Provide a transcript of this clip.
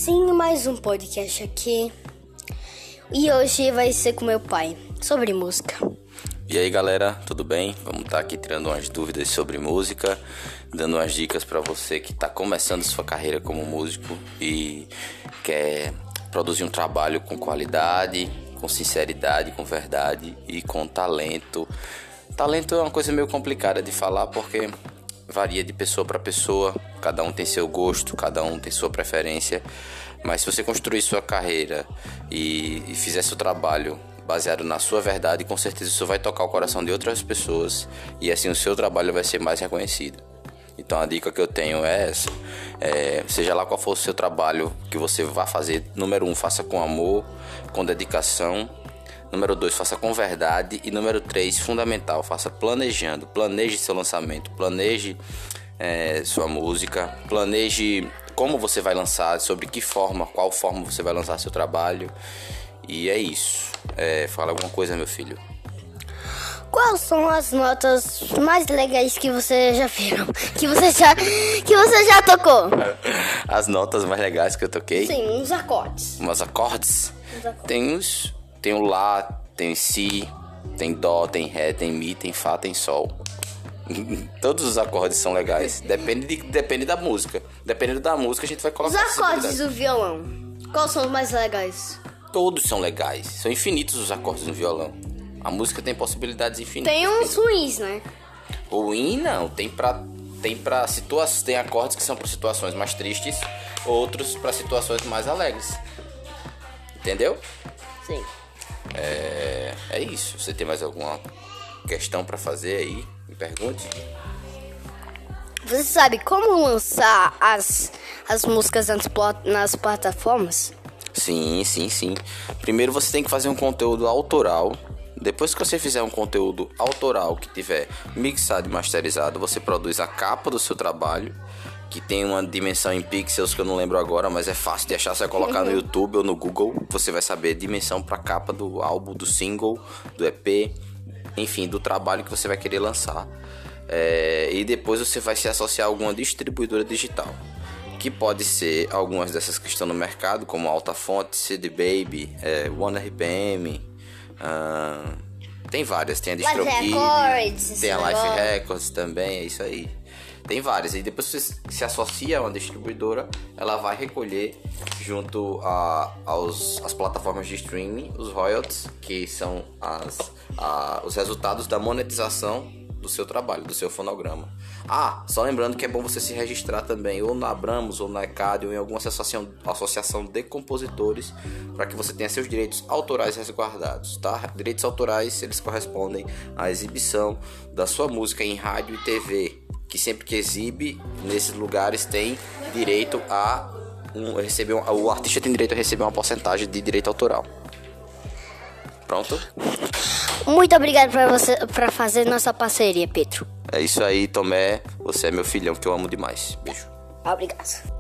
Sim, mais um podcast aqui. E hoje vai ser com meu pai, sobre música. E aí galera, tudo bem? Vamos estar aqui tirando umas dúvidas sobre música, dando umas dicas para você que está começando sua carreira como músico e quer produzir um trabalho com qualidade, com sinceridade, com verdade e com talento. Talento é uma coisa meio complicada de falar porque varia de pessoa para pessoa, cada um tem seu gosto, cada um tem sua preferência, mas se você construir sua carreira e fizer seu trabalho baseado na sua verdade, com certeza isso vai tocar o coração de outras pessoas e assim o seu trabalho vai ser mais reconhecido. Então a dica que eu tenho é essa, seja lá qual for o seu trabalho que você vá fazer, número 1, faça com amor, com dedicação. Número 2, faça com verdade. E número 3, fundamental, faça planejando. Planeje seu lançamento, planeje sua música, planeje como você vai lançar, sobre que forma, qual forma você vai lançar seu trabalho. E é isso. Fala alguma coisa, meu filho. Quais são as notas mais legais que você já viu? Que você já tocou? As notas mais legais que eu toquei? Sim, uns acordes. Uns acordes? Tem o Lá, tem Si, tem Dó, tem Ré, tem Mi, tem Fá, tem Sol. Todos os acordes são legais. Depende da música. Dependendo da música, a gente vai colocar. Os acordes do violão, quais são os mais legais? Todos são legais. São infinitos os acordes no violão. A música tem possibilidades infinitas. Tem uns ruins, né? Ruim não. Tem acordes que são para situações mais tristes, outros para situações mais alegres. Entendeu? Sim. É isso. Você tem mais alguma questão para fazer aí? Me pergunte. Você sabe como lançar as músicas nas plataformas? Sim. Primeiro você tem que fazer um conteúdo autoral. Depois que você fizer um conteúdo autoral que tiver mixado e masterizado, você produz a capa do seu trabalho, que tem uma dimensão em pixels que eu não lembro agora, mas é fácil de achar. Você vai colocar no YouTube ou no Google, você vai saber a dimensão para capa do álbum, do single, do EP, enfim, do trabalho que você vai querer lançar. E depois você vai se associar a alguma distribuidora digital, que pode ser algumas dessas que estão no mercado, como Altafonte, CD Baby, One RPM, tem várias, tem a DistroKid, tem a Life Records também, é isso aí. Tem várias, e depois você se associa a uma distribuidora, ela vai recolher junto às plataformas de streaming os royalties, que são os resultados da monetização do seu trabalho, do seu fonograma. Só lembrando que é bom você se registrar também, ou na Abramos, ou na ECAD, ou em alguma associação de compositores, para que você tenha seus direitos autorais resguardados, tá? Direitos autorais, eles correspondem à exibição da sua música em rádio e TV, que sempre que exibe nesses lugares tem direito a o artista tem direito a receber uma porcentagem de direito autoral. Pronto? Muito obrigado por fazer nossa parceria, Pedro. É isso aí, Tomé. Você é meu filhão que eu amo demais. Beijo. Obrigado.